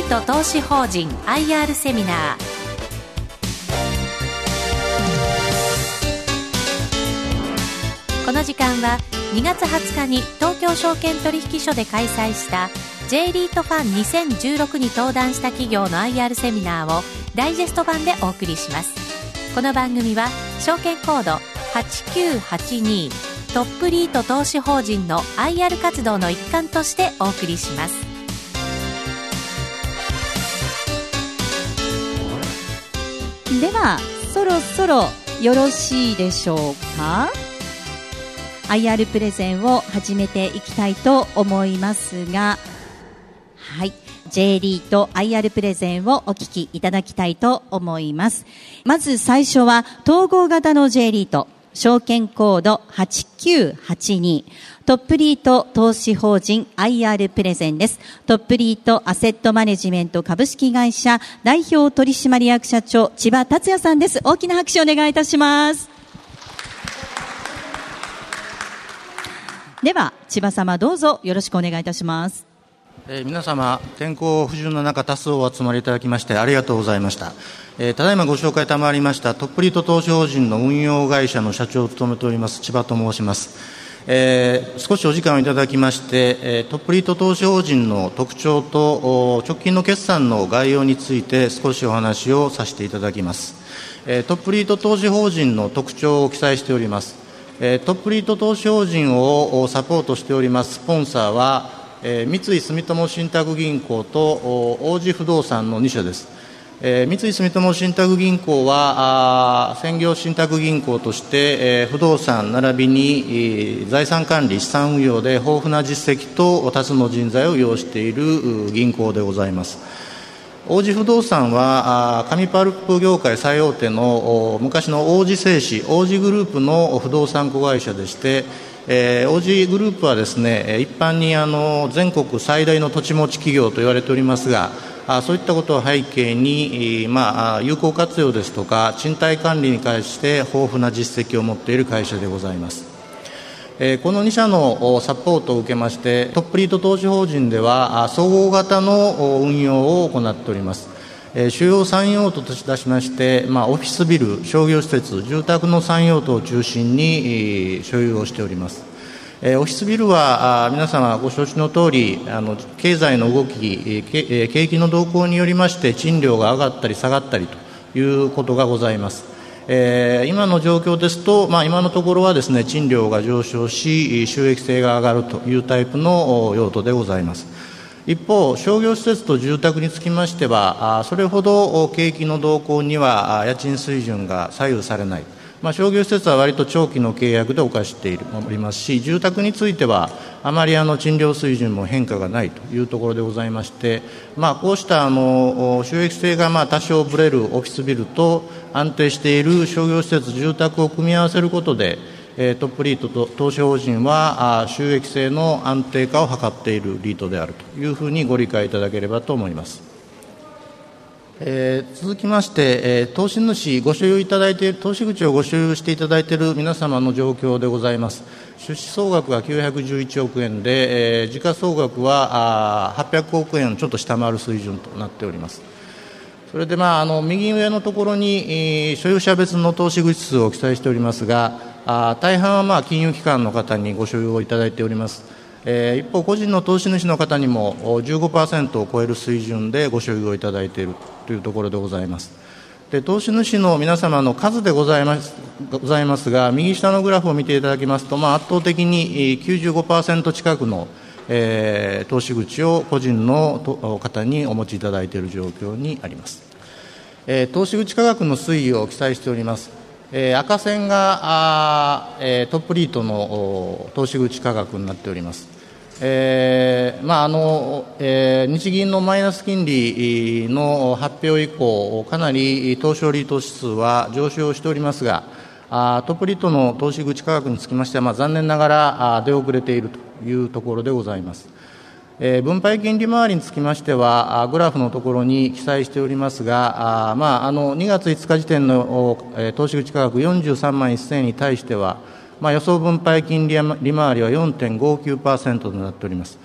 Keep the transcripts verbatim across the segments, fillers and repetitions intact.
ート投資法人 アイアール セミナー。この時間はにがつはつかに東京証券取引所で開催した J リートファンにせんじゅうろくに登壇した企業の アイアール セミナーをダイジェスト版でお送りします。この番組は証券コードはちきゅうはちにトップリート投資法人の アイアール 活動の一環としてお送りします。 ではそろそろよろしいでしょうか。 アイアール プレゼンを始めていきたいと思いますが、はい、J リート アイアール プレゼンをお聞きいただきたいと思います。まず最初は統合型の J リート、証券コードはちきゅうはちにトップリート投資法人 アイアール プレゼンです。トップリートアセットマネジメント株式会社代表取締役社長千葉達也さんです。大きな拍手をお願いいたします。では千葉様、どうぞよろしくお願いいたします。 えー、皆様、天候不順の中多数お集まりいただきましてありがとうございました。えー、ただいまご紹介賜りましたトップリート投資法人の運用会社の社長を務めております千葉と申します。えー、少しお時間をいただきまして、えー、トップリート投資法人の特徴と直近の決算の概要について少しお話をさせていただきます。えー、トップリート投資法人の特徴を記載しております。えー、トップリート投資法人をサポートしておりますスポンサーは、えー、三井住友信託銀行と王子不動産のにしゃです。えー、三井住友信託銀行は専業信託銀行として、えー、不動産並びに、えー、財産管理資産運用で豊富な実績と多数の人材を要している銀行でございます。王子不動産は紙パルプ業界最大手の昔の王子製紙王子グループの不動産子会社でして、えー、王子グループはですね、一般にあの全国最大の土地持ち企業と言われておりますが、あそういったことを背景に、まあ、有効活用ですとか賃貸管理に関して豊富な実績を持っている会社でございます。えー、このに社のサポートを受けましてトップリート投資法人では総合型の運用を行っております。えー、主要産業といたしまして、まあ、オフィスビル、商業施設、住宅の産業等を中心に、えー、所有をしております。えー、オフィスビルは皆様ご承知のとおりあの経済の動き、えー、景気の動向によりまして賃料が上がったり下がったりということがございます。えー、今の状況ですと、まあ、今のところはですね賃料が上昇し収益性が上がるというタイプの用途でございます。一方、商業施設と住宅につきましてはそれほど景気の動向には家賃水準が左右されない。まあ、商業施設は割と長期の契約でお貸しておりますし、住宅についてはあまりあの賃料水準も変化がないというところでございまして、まあ、こうしたあの収益性がまあ多少ぶれるオフィスビルと安定している商業施設、住宅を組み合わせることで、えー、トップリートと投資法人は収益性の安定化を図っているリートであるというふうにご理解いただければと思います。えー、続きまして、えー、投資主ご所有いただいている投資口をご所有していただいている皆様の状況でございます。出資総額はきゅうひゃくじゅういちおくえんで、えー、時価総額ははっぴゃくおくえんをちょっと下回る水準となっております。それで、まあ、あの右上のところに、えー、所有者別の投資口数を記載しておりますが、あ大半はまあ金融機関の方にご所有をいただいております。えー、一方、個人の投資主の方にも じゅうごパーセント を超える水準でご所有をいただいているというところでございます。で、投資主の皆様の数でございます、ございますが、右下のグラフを見ていただきますと、まあ、圧倒的に きゅうじゅうごパーセント 近くの、えー、投資口を個人の方にお持ちいただいている状況にあります。えー、投資口価格の推移を記載しております。えー、赤線があ、えー、トップリートの投資口価格になっております。えーまああのえー、日銀のマイナス金利の発表以降、かなり東証リート指数は上昇しておりますが、あトップリートの投資口価格につきましては、まあ、残念ながら出遅れているというところでございます。えー、分配金利回りにつきましては、グラフのところに記載しておりますが、あ、まあ、あのにがついつか時点の、えー、投資口価格よんじゅうさんまんせんえんに対しては、まあ、予想分配金利回りは よんてんごきゅうパーセント となっております。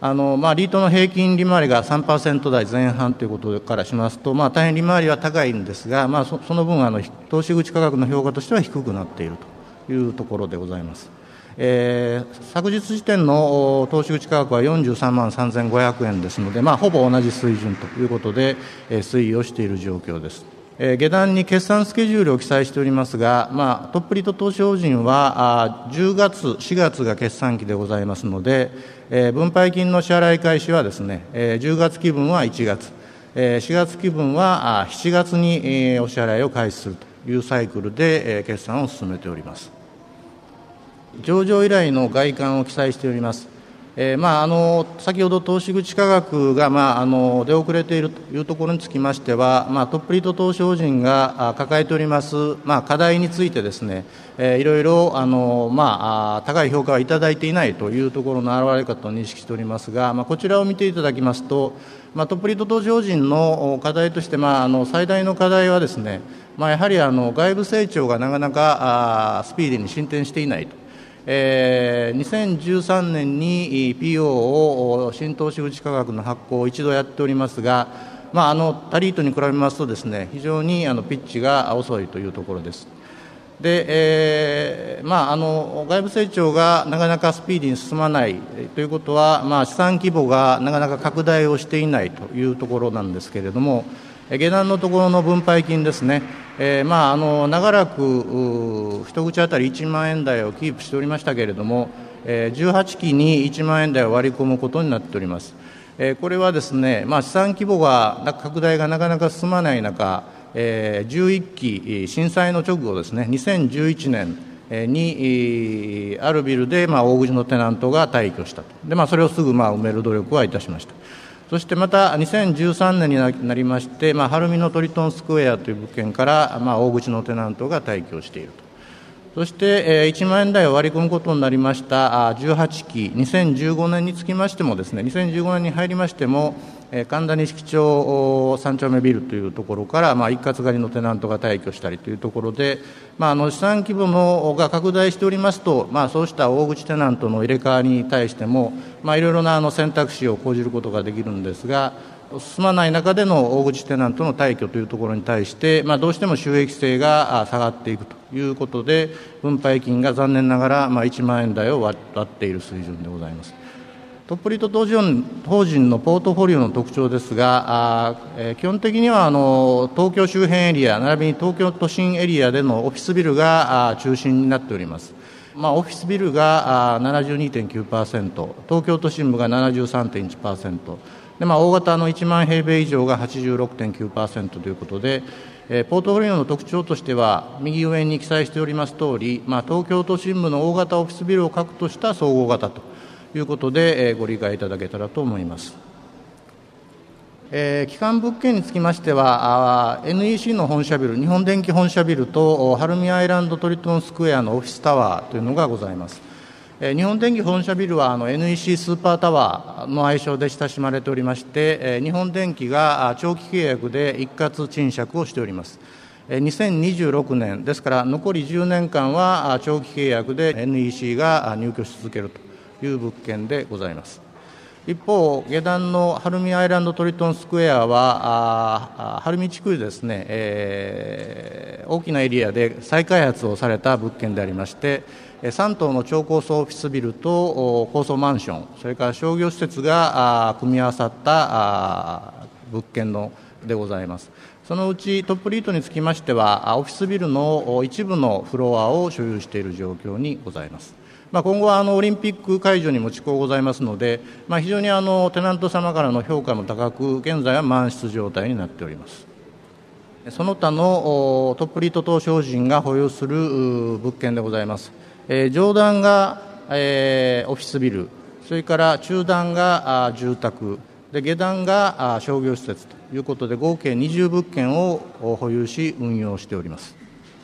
あのまあ、リートの平均利回りが さんパーセント 台前半ということからしますと、まあ、大変利回りは高いんですが、まあ、そ, その分あの、投資口価格の評価としては低くなっているというところでございます。えー、昨日時点の投資口価格はよんじゅうさんまんさんぜんごひゃくえんですので、まあ、ほぼ同じ水準ということで、えー、推移をしている状況です。えー、下段に決算スケジュールを記載しておりますが、まあ、トップリート投資法人はあじゅうがつ、しがつが決算期でございますので、えー、分配金の支払い開始はですね、えー、じゅうがつ期分はいちがつ、えー、しがつ期分はあしちがつに、えー、お支払いを開始するというサイクルで、えー、決算を進めております。上場以来の外観を記載しております。えーまあ、あの先ほど投資口価格が、まあ、あの出遅れているというところにつきましては、まあ、トップリート投資法人が抱えております、まあ、課題についてですね、えー、いろいろあの、まあ、高い評価はいただいていないというところの表れかと認識しておりますが、まあ、こちらを見ていただきますと、まあ、トップリート投資法人の課題として、まあ、あの最大の課題はですね、まあ、やはりあの外部成長がなかなかあスピーディーに進展していないと。えー、にせんじゅうさんねんに ピーオー を新投資口価格の発行を一度やっておりますが、まあ、あの他リートに比べますとですね、非常にあのピッチが遅いというところです。で、えーまあ、あの外部成長がなかなかスピーディーに進まないということは、まあ、資産規模がなかなか拡大をしていないというところなんですけれども、下段のところの分配金ですね、えーまあ、あの長らく一口当たりいちまんえん台をキープしておりましたけれども、えー、じゅうはちきにいちまんえん台を割り込むことになっております。えー、これはですね、まあ、資産規模が拡大がなかなか進まない中、えー、じゅういっき震災の直後ですね、にせんじゅういちねんにあるビルで、まあ、大口のテナントが退去したと。で、まあ、それをすぐ、まあ、埋める努力はいたしました。そしてまたにせんじゅうさんねんになりまして、まあ、晴海のトリトンスクエアという物件から、まあ、大口のテナントが退去していると。そして、えー、いちまんえん台を割り込むことになりましたじゅうはちき、にせんじゅうごねんにつきましてもですね、にせんじゅうごねんに入りましても、えー、神田錦町さん丁目ビルというところから、まあ、一括狩りのテナントが退去したりというところで、まあ、あの資産規模のが拡大しておりますと、まあ、そうした大口テナントの入れ替わりに対しても、まあ、いろいろなあの選択肢を講じることができるんですが、進まない中での大口テナントの退去というところに対して、まあ、どうしても収益性が下がっていくということで、分配金が残念ながら、まあ、いちまんえん台を割っている水準でございます。トップリート投資法人のポートフォリオの特徴ですが、あ、えー、基本的にはあの東京周辺エリア、並びに東京都心エリアでのオフィスビルがあ中心になっております。まあ、オフィスビルが ななじゅうにてんきゅうパーセント、東京都心部が ななじゅうさんてんいちパーセント、で、まあ、大型のいちまん平米以上が はちじゅうろくてんきゅうパーセント ということで、えー、ポートフォリオの特徴としては、右上に記載しておりますとおり、まあ、東京都心部の大型オフィスビルを核とした総合型ということで、えー、ご理解いただけたらと思います。えー、基幹物件につきましては、エヌイーシー の本社ビル、日本電機本社ビルと晴海アイランドトリトンスクエアのオフィスタワーというのがございます。えー、日本電機本社ビルはあの エヌイーシー スーパータワーの愛称で親しまれておりまして、えー、日本電機が長期契約で一括賃借をしております。にせんにじゅうろくねんですから、残りじゅうねんかんは長期契約で エヌイーシー が入居し続けるという物件でございます。一方、下段の晴海アイランドトリトンスクエアは、晴海地区でですね、えー、大きなエリアで再開発をされた物件でありまして、さん棟の超高層オフィスビルと高層マンション、それから商業施設が組み合わさった物件のでございます。そのうちトップリートにつきましては、オフィスビルの一部のフロアを所有している状況にございます。まあ、今後はあのオリンピック会場にも置構ございますので、まあ、非常にあのテナント様からの評価も高く、現在は満室状態になっております。その他のトップリート投資法人が保有する物件でございます。えー、上段が、えー、オフィスビル、それから中段があ住宅で、下段があ商業施設ということで、合計にじゅう物件を保有し運用しております。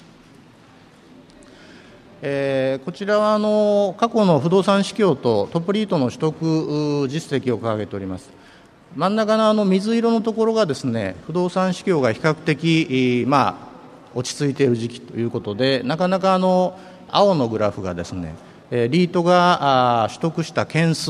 えー、こちらはあの過去の不動産市況とトップリートの取得実績を掲げております。真ん中のあの水色のところがですね、不動産市況が比較的、まあ、落ち着いている時期ということで、なかなかあの青のグラフがですね、リートが取得した件数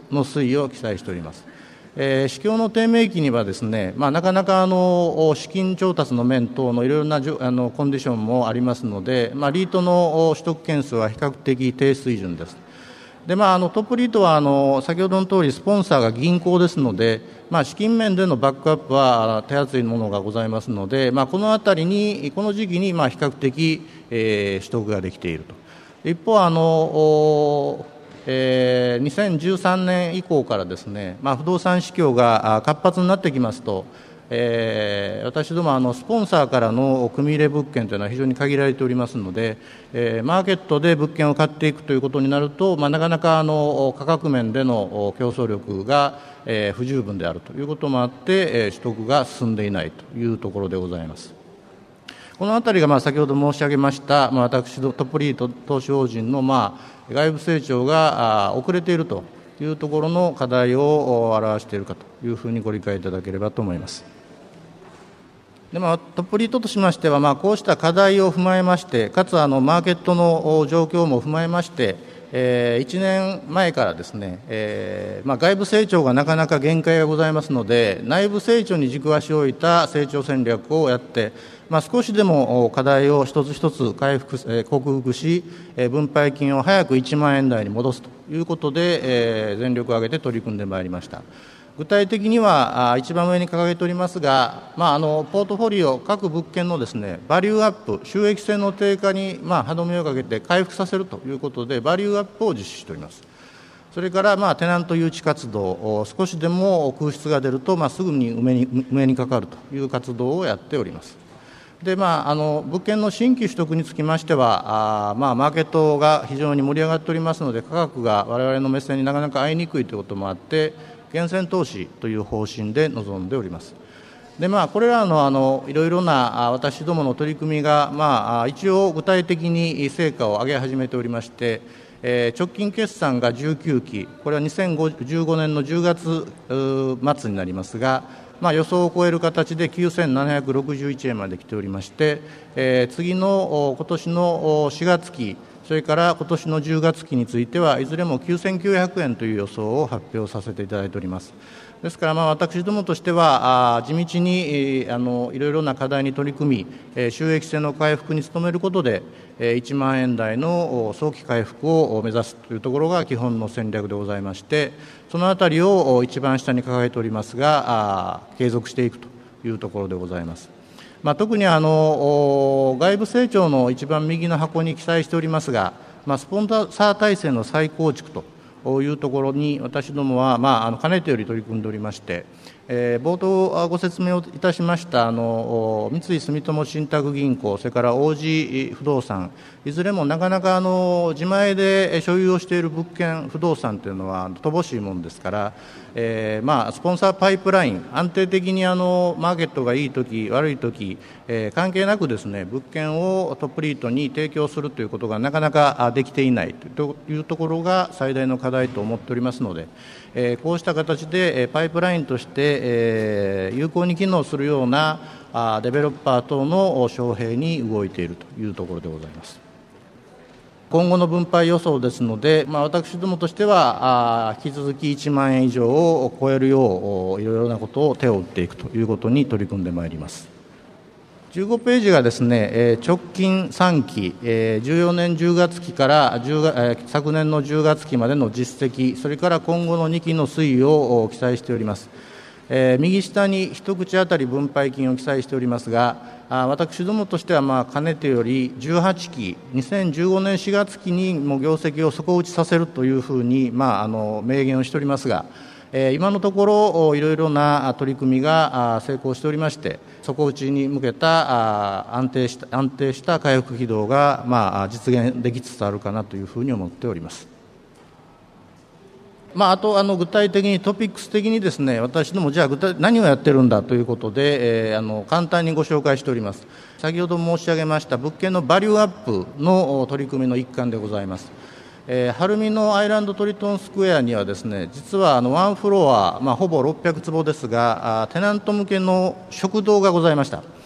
の推移を記載しております。えー、市況の低迷期にはですね、まあ、なかなかあの資金調達の面等のいろいろなあのコンディションもありますので、まあ、リートの取得件数は比較的低水準です。でまあ、あのトップリートはあの先ほどの通りスポンサーが銀行ですので、まあ、資金面でのバックアップは手厚いものがございますので、まあ、このあたりにこの時期にまあ比較的、えー、取得ができていると。一方あのえー、にせんじゅうさんねん以降からですね、まあ、不動産市況が活発になってきますと、えー、私どもあのスポンサーからの組み入れ物件というのは非常に限られておりますので、えー、マーケットで物件を買っていくということになると、まあ、なかなかあの価格面での競争力が、えー、不十分であるということもあって、えー、取得が進んでいないというところでございます。このあたりがまあ先ほど申し上げました、まあ、私どトップリート投資法人のまあ外部成長が遅れているというところの課題を表しているかというふうにご理解いただければと思います。でまあ、トップリートとしましては、まあ、こうした課題を踏まえまして、かつあのマーケットの状況も踏まえまして、えー、いちねんまえからですね、えーまあ、外部成長がなかなか限界がございますので、内部成長に軸足を置いた成長戦略をやって、まあ、少しでも課題を一つ一つ回復、えー、克服し、えー、分配金を早くいちまんえん台に戻すということで、えー、全力を挙げて取り組んでまいりました。具体的には一番上に掲げておりますが、まあ、あのポートフォリオ各物件のですねバリューアップ、収益性の低下に、まあ、歯止めをかけて回復させるということでバリューアップを実施しております。それから、まあ、テナント誘致活動、少しでも空室が出ると、まあ、すぐに埋めに埋めにかかるという活動をやっております。でまあ、あの物件の新規取得につきましては、あまあ、マーケットが非常に盛り上がっておりますので、価格が我々の目線になかなか合いにくいということもあって、源泉投資という方針で臨んでおります。でまあ、これら の, あのいろいろな私どもの取り組みが、まあ、一応具体的に成果を上げ始めておりまして、えー、直近決算がじゅうきゅうき、これはにせんじゅうごねんのじゅうがつ末になりますが、まあ、予想を超える形できゅうせんななひゃくろくじゅういちえんまで来ておりまして、えー、次の今年のしがつき、それから今年のじゅうがつきについてはいずれもきゅうせんきゅうひゃくえんという予想を発表させていただいております。ですから、まあ、私どもとしてはあ地道にあのいろいろな課題に取り組み、収益性の回復に努めることでいちまんえん台の早期回復を目指すというところが基本の戦略でございまして、そのあたりを一番下に掲げておりますが、あ継続していくというところでございます。まあ、特にあの外部成長の一番右の箱に記載しておりますが、まあ、スポンサー体制の再構築というところに私どもは、まあ、あのかねてより取り組んでおりまして、えー、冒頭ご説明をいたしましたあの三井住友信託銀行、それから王子不動産、いずれもなかなかあの自前で所有をしている物件、不動産というのは乏しいものですから、えーまあ、スポンサーパイプライン、安定的にあのマーケットがいいとき、悪いとき、えー、関係なくですね、物件をトップリートに提供するということがなかなかできていないというところが最大の課題と思っておりますので、えー、こうした形で、えー、パイプラインとして、えー、有効に機能するようなあデベロッパー等の招聘に動いているというところでございます。今後の分配予想ですので、まあ、私どもとしてはあ引き続きいちまんえん以上を超えるよういろいろなことを手を打っていくということに取り組んでまいります。じゅうごページがですね、えー、直近さんき、えー、じゅうよねんじゅうがつきからじゅうが、えー、昨年のじゅうがつきまでの実績、それから今後のにきの推移を記載しております。えー、右下に一口当たり分配金を記載しておりますが、あ私どもとしては、まあ、かねてよりじゅうはちき、にせんじゅうごねんしがつきにも業績を底打ちさせるというふうに、まあ、あの明言をしておりますが、えー、今のところいろいろな取り組みが成功しておりまして、底打ちに向けた安定した安定した回復軌道が、まあ、実現できつつあるかなというふうに思っております。まあ、あとあの具体的にトピックス的にですね、私どもじゃあ具体何をやってるんだということで、えー、あの簡単にご紹介しております。先ほど申し上げました物件のバリューアップの取り組みの一環でございます。えー、晴海のアイランドトリトンスクエアにはですね、実はあのワンフロア、まあ、ほぼろっぴゃくつぼですが、テナント向けの食堂がございました。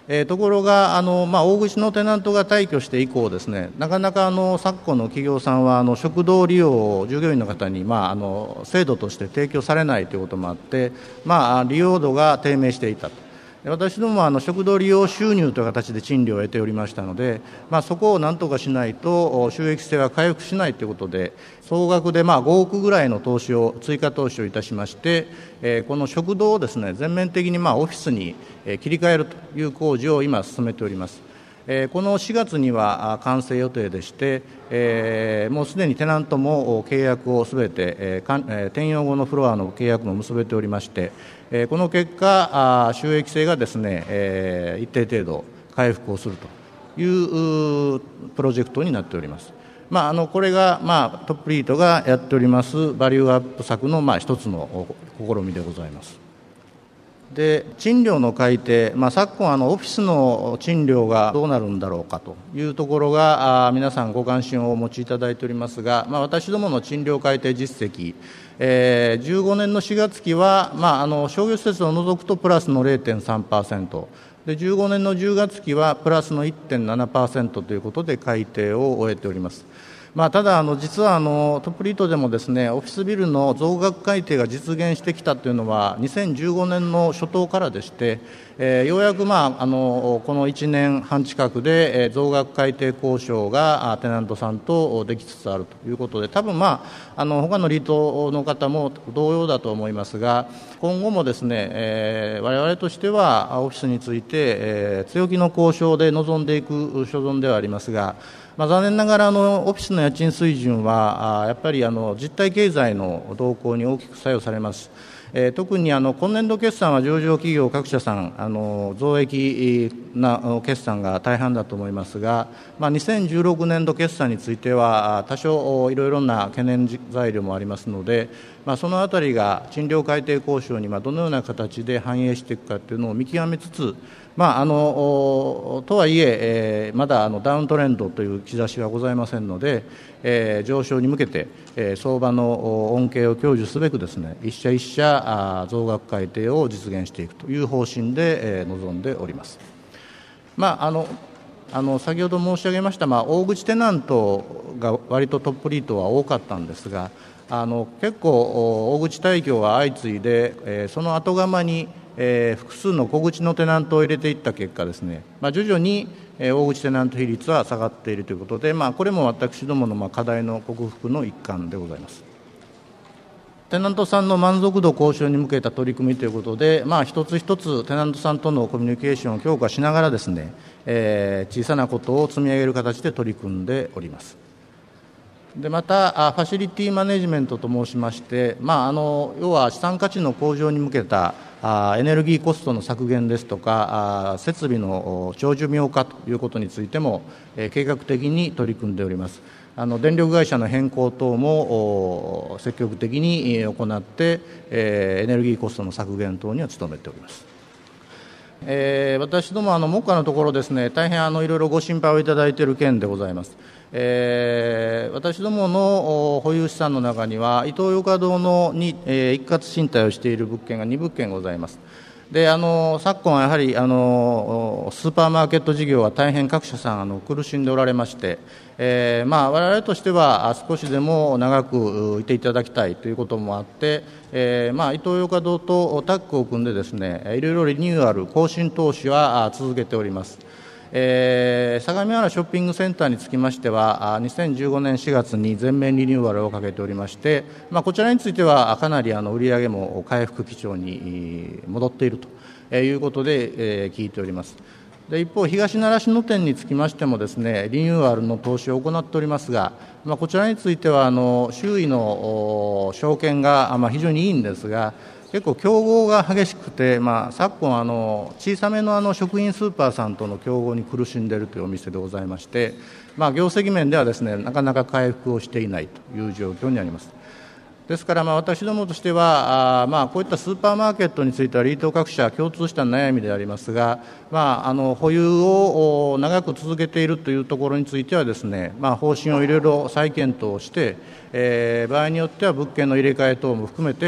えー、ところがあの、まあ、大口のテナントが退去して以降ですね、なかなかあの昨今の企業さんはあの食堂利用を従業員の方に、まあ、あの制度として提供されないということもあって、まあ、利用度が低迷していたと。私どもはあの食堂利用収入という形で賃料を得ておりましたので、まあ、そこをなんとかしないと収益性は回復しないということで、総額でまあごおくぐらいの投資を追加投資をいたしまして、えー、この食堂をですね、全面的にまあオフィスに切り替えるという工事を今進めております。えー、このしがつには完成予定でして、えー、もうすでにテナントも契約をすべて、えーえー、転用後のフロアの契約も結べておりまして、えー、この結果、収益性がですね、えー、一定程度回復をするというプロジェクトになっております。まあ、あのこれが、まあ、トップリートがやっておりますバリューアップ策の、まあ、一つの試みでございます。で賃料の改定、まあ、昨今あのオフィスの賃料がどうなるんだろうかというところが皆さんご関心をお持ちいただいておりますが、まあ、私どもの賃料改定実績、えー、じゅうごねんのしがつきは、まあ、あの商業施設を除くとプラスの れいてんさんパーセント で、じゅうごねんのじゅうがつきはプラスの いってんななパーセント ということで改定を終えております。まあ、ただあの実はあのトップリートでもですね、オフィスビルの増額改定が実現してきたというのはにせんじゅうごねんの初頭からでして、えー、ようやく、まあ、あのこのいちねんはん近くで、えー、増額改定交渉がテナントさんとできつつあるということで、多分、まあ、あの他のリートの方も同様だと思いますが、今後もですね、えー、我々としてはオフィスについて、えー、強気の交渉で臨んでいく所存ではありますが、まあ、残念ながらあのオフィスの家賃水準はやっぱりあの実体経済の動向に大きく作用されます。えー、特にあの今年度決算は上場企業各社さんあの増益な決算が大半だと思いますが、まあ、にせんじゅうろくねんど決算については多少いろいろな懸念材料もありますので、まあ、そのあたりが賃料改定交渉にどのような形で反映していくかというのを見極めつつ、まあ、あのとはいええー、まだあのダウントレンドという兆しはございませんので、えー、上昇に向けて、えー、相場の恩恵を享受すべくですね、一社一社増額改定を実現していくという方針で、えー、臨んでおります。まあ、あのあの先ほど申し上げました、まあ、大口テナントが割とトップリートは多かったんですが、あの結構大口退去が相次いで、えー、その後釜にえー、複数の小口のテナントを入れていった結果ですね、まあ、徐々に、えー、大口テナント比率は下がっているということで、まあ、これも私どもの、まあ、課題の克服の一環でございます。テナントさんの満足度向上に向けた取り組みということで、まあ、一つ一つテナントさんとのコミュニケーションを強化しながらですね、えー、小さなことを積み上げる形で取り組んでおります。でまたファシリティマネジメントと申しまして、まあ、あの要は資産価値の向上に向けたエネルギーコストの削減ですとか設備の長寿命化ということについても計画的に取り組んでおります。あの電力会社の変更等も積極的に行ってエネルギーコストの削減等には努めております。えー、私どもあの目下のところですね、大変あのいろいろご心配をいただいている件でございます。えー、私どもの保有資産の中にはイトーヨーカ堂のに、えー、一括賃貸をしている物件がにぶっけんございます。であの昨今はやはりあのスーパーマーケット事業は大変各社さんあの苦しんでおられまして、えーまあ、我々としては少しでも長くいていただきたいということもあって、えーまあ、イトーヨーカ堂とタッグを組んでですね、いろいろリニューアル更新投資は続けております。えー、相模原ショッピングセンターにつきましてはにせんじゅうごねんしがつに全面リニューアルをかけておりまして、まあ、こちらについてはかなりあの売上も回復基調に戻っているということで、えー、聞いております。で一方、東習志野店につきましてもですね、リニューアルの投資を行っておりますが、まあ、こちらについてはあの周囲の証券が、まあ、非常にいいんですが、結構競合が激しくて、まあ、昨今あの小さめのあの食品スーパーさんとの競合に苦しんでいるというお店でございまして、まあ、業績面ではですね、なかなか回復をしていないという状況にあります。ですから、まあ、私どもとしてはあ、まあ、こういったスーパーマーケットについてはリート各社共通した悩みでありますが、まあ、あの保有を長く続けているというところについてはですね、まあ、方針をいろいろ再検討して、えー、場合によっては物件の入れ替え等も含めて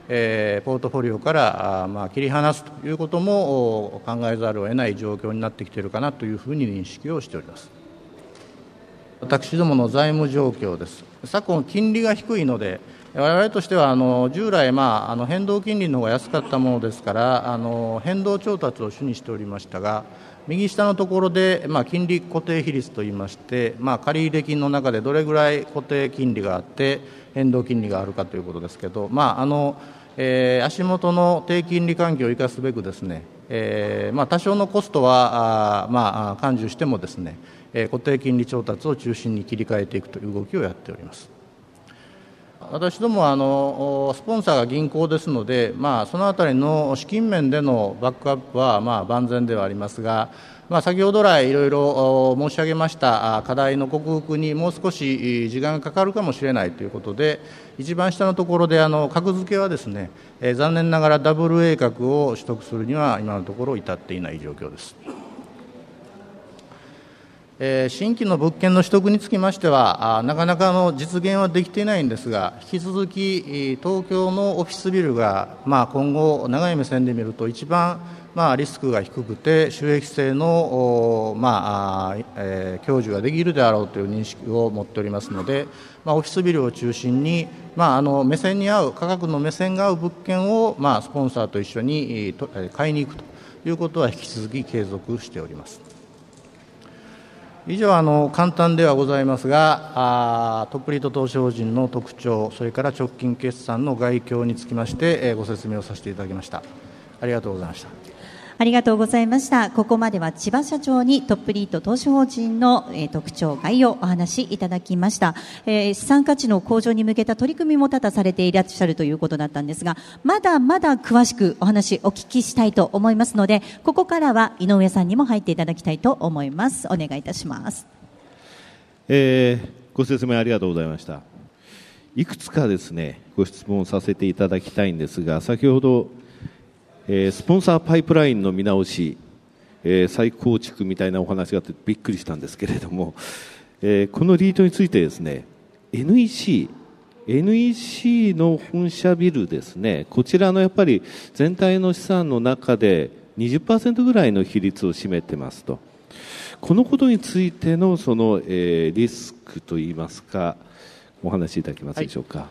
えー、ポートフォリオからあ、まあ、切り離すということも考えざるを得ない状況になってきているかなというふうに認識をしております。私どもの財務状況です。昨今金利が低いので、我々としてはあの従来、まあ、あの変動金利の方が安かったものですから、あの変動調達を主にしておりましたが、右下のところで、まあ、金利固定比率といいまして、まあ、借入金の中でどれぐらい固定金利があって変動金利があるかということですけど、まああのえー、足元の低金利環境を生かすべくですね、えーまあ、多少のコストはあ、まあ、勘受してもですね、えー、固定金利調達を中心に切り替えていくという動きをやっております。私どもはあのスポンサーが銀行ですので、まあ、そのあたりの資金面でのバックアップはまあ万全ではありますが、まあ、先ほど来いろいろ申し上げました課題の克服にもう少し時間がかかるかもしれないということで、一番下のところであの格付けはですね、えー、残念ながらダブル A 格を取得するには今のところ至っていない状況です。えー、新規の物件の取得につきましては、あなかなかの実現はできていないんですが、引き続き東京のオフィスビルが、まあ、今後長い目線で見ると一番、まあ、リスクが低くて収益性の、まあえー、享受ができるであろうという認識を持っておりますので、まあ、オフィスビルを中心に、まあ、あの目線に合う価格の目線が合う物件を、まあ、スポンサーと一緒に買いに行くということは引き続き継続しております。以上あの簡単ではございますが、あトップリート投資法人の特徴、それから直近決算の概況につきまして、えー、ご説明をさせていただきました。ありがとうございました。 ありがとうございました。ここまでは千葉社長にトップリート投資法人の、えー、特徴概要をお話しいただきました、えー、資産価値の向上に向けた取り組みも多々されていらっしゃるということだったんですが、まだまだ詳しくお話お聞きしたいと思いますので、ここからは井上さんにも入っていただきたいと思います。お願いいたします。 えー、ご説明ありがとうございました。いくつかですねご質問させていただきたいんですが、先ほどえー、スポンサーパイプラインの見直し、えー、再構築みたいなお話があってびっくりしたんですけれども、えー、このリートについてですね エヌイーシー エヌイーシー の本社ビルですね、こちらのやっぱり全体の資産の中で にじゅっパーセント ぐらいの比率を占めてますと、このことについてのその、えー、リスクといいますかお話しいただけますでしょうか。はい、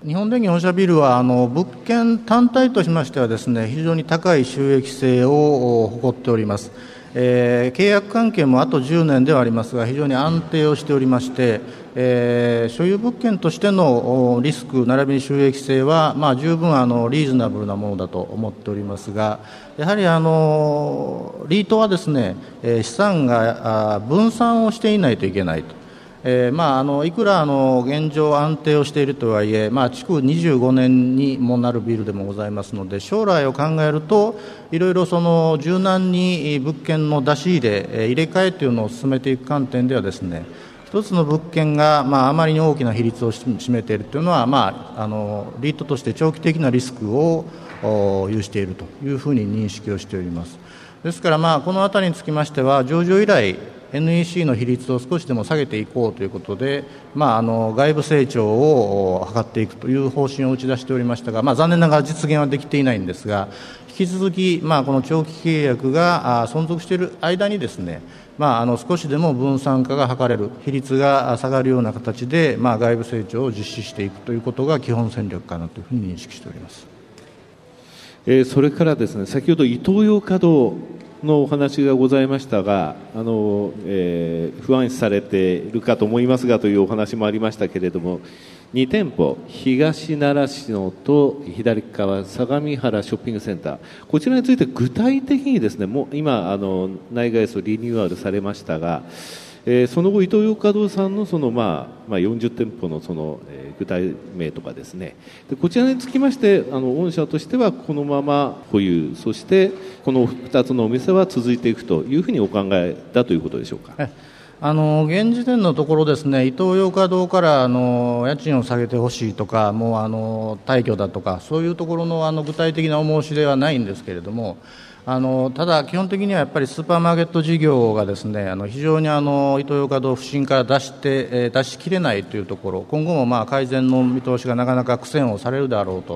日本電機本社ビルはあの物件単体としましてはですね、非常に高い収益性を誇っております。えー、契約関係もあとじゅうねんではありますが非常に安定をしておりまして、えー、所有物件としてのリスク並びに収益性は、まあ、十分あのリーズナブルなものだと思っておりますが、やはりあのリートはですね、えー、資産が分散をしていないといけないと。えーまあ、あのいくらあの現状安定をしているとはいえ、まあ、築にじゅうごねんにもなるビルでもございますので、将来を考えるといろいろその柔軟に物件の出し入れ、えー、入れ替えというのを進めていく観点ではですね、一つの物件が、まあ、あまりに大きな比率を占めているというのは、まあ、あのリートとして長期的なリスクを有しているというふうに認識をしております。ですから、まあ、このあたりにつきましては上場以来エヌイーシー の比率を少しでも下げていこうということで、まあ、あの外部成長を図っていくという方針を打ち出しておりましたが、まあ、残念ながら実現はできていないんですが、引き続き、まあ、この長期契約が存続している間にですね、まあ、あの少しでも分散化が図れる、比率が下がるような形で、まあ、外部成長を実施していくということが基本戦略かなというふうに認識しております。 えー、それからですね、先ほどイトーヨーカドーのお話がございましたが、あの、えー、不安視されているかと思いますがというお話もありましたけれども、に店舗東奈良市のと左側相模原ショッピングセンター、こちらについて具体的にですね、もう今あの内外装リニューアルされましたが、えー、その後イトーヨーカドーさんのその、まあまあ、よんじゅっ店舗のその、えー、具体名とかですね、でこちらにつきましてあの御社としてはこのまま保有、そしてこのふたつのお店は続いていくというふうにお考えだということでしょうか。 あの現時点のところですね、イトーヨーカドーからあの家賃を下げてほしいとか、もうあの退去だとか、そういうところの、あの具体的なお申し出はないんですけれども、あのただ基本的にはやっぱりスーパーマーケット事業がですね、あの非常にあのイトーヨーカドー不振から出して、えー、出しきれないというところ、今後もまあ改善の見通しがなかなか苦戦をされるであろうと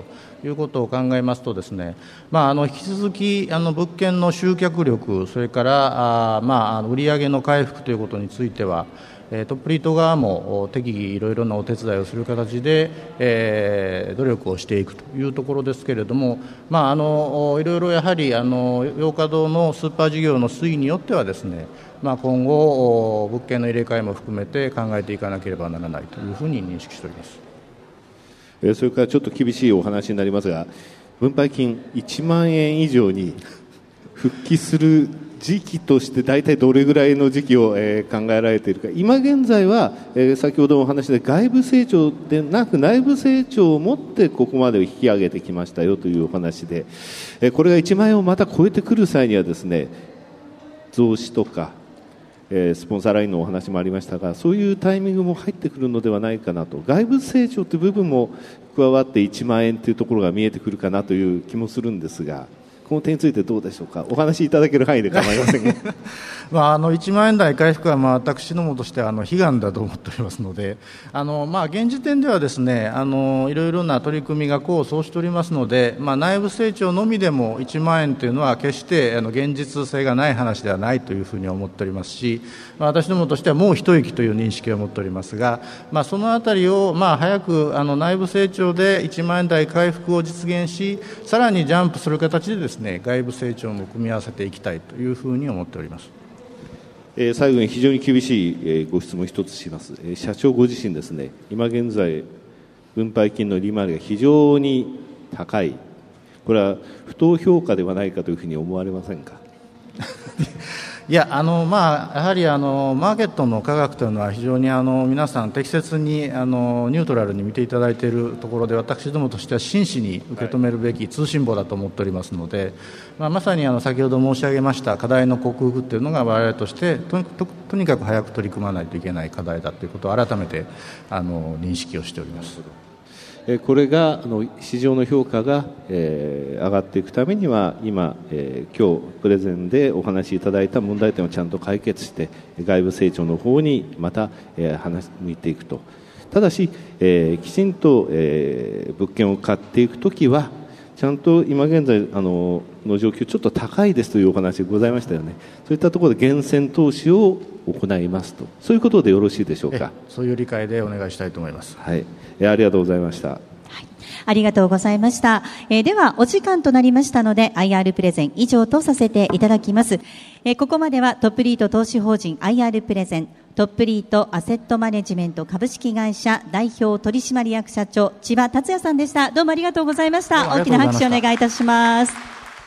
いうことを考えますとですね、まあ、あの引き続きあの物件の集客力、それからあ、まあ、売上の回復ということについては、トップリート側も適宜いろいろなお手伝いをする形で、えー、努力をしていくというところですけれども、まあ、あのいろいろやはりあの洋華堂のスーパー事業の推移によってはですね、まあ、今後物件の入れ替えも含めて考えていかなければならないというふうに認識しております。 えー、それからちょっと厳しいお話になりますが、分配金いちまんえん以上に復帰する時期として大体どれぐらいの時期を、えー、考えられているか。今現在は、えー、先ほどお話で外部成長でなく内部成長をもってここまで引き上げてきましたよというお話で、えー、これがいちまんえんをまた超えてくる際にはですね、増資とか、えー、スポンサーラインのお話もありましたが、そういうタイミングも入ってくるのではないかなと。外部成長という部分も加わっていちまんえんというところが見えてくるかなという気もするんですが、この点についてどうでしょうか。お話しいただける範囲で構いませんがまあ、あのいちまんえん台回復は、まあ、私どもとしてはあの悲願だと思っておりますので、あの、まあ、現時点ではですね、あのいろいろな取り組みが功を奏しておりますので、まあ、内部成長のみでもいちまんえんというのは決してあの現実性がない話ではないというふうに思っておりますし、まあ、私どもとしてはもう一息という認識を持っておりますが、まあ、そのあたりを、まあ、早くあの内部成長でいちまんえん台回復を実現し、さらにジャンプする形でですね、外部成長も組み合わせていきたいというふうに思っております。 えー、最後に非常に厳しい、えー、ご質問一つします。えー、社長ご自身ですね、今現在分配金の利回りが非常に高い、これは不当評価ではないかというふうに思われませんか。 いや、あのまあ、やはりあのマーケットの価格というのは非常にあの皆さん適切にあのニュートラルに見ていただいているところで、私どもとしては真摯に受け止めるべき通信簿だと思っておりますので、まあ、まさにあの先ほど申し上げました課題の克服というのが我々としてと、と、とにかく早く取り組まないといけない課題だということを改めてあの認識をしております。 これがあの市場の評価が、えー、上がっていくためには今、えー、今日プレゼンでお話しいただいた問題点をちゃんと解決して外部成長の方にまた、えー、話向いていくと。ただし、えー、きちんと、えー、物件を買っていくときはちゃんと今現在あのの状況ちょっと高いですというお話がございましたよね。そういったところで厳選投資を行いますと、そういうことでよろしいでしょうか。 そういう理解でお願いしたいと思います。 はい、えー、ありがとうございました。はい、 ありがとうございました。えー、ではお時間となりましたので アイアール プレゼン以上とさせていただきます。えー、ここまではトップリート投資法人 アイアール プレゼントップリートアセットマネジメント株式会社代表取締役社長千葉達也さんでした。どうもありがとうございました。大きな拍手をお願いいたします。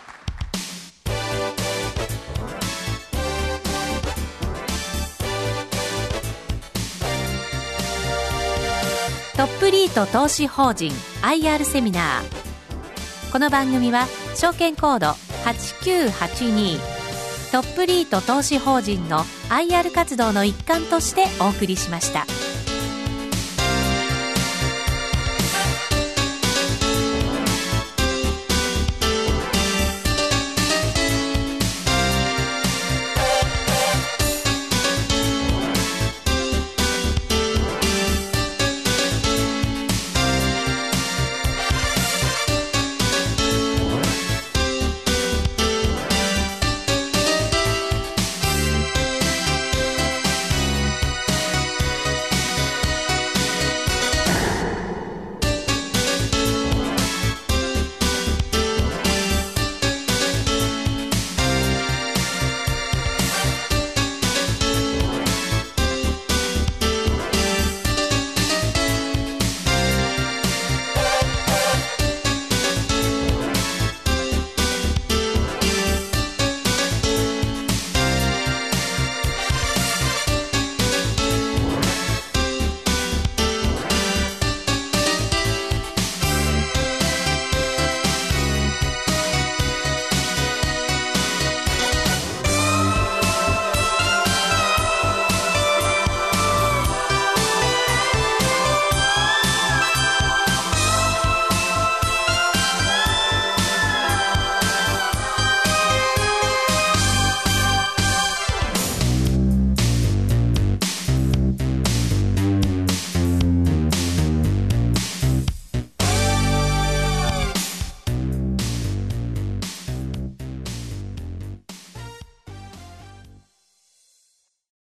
トップリート投資法人 アイアール セミナー。この番組は証券コードはちきゅうはちにトップリート投資法人の アイアール 活動の一環としてお送りしました。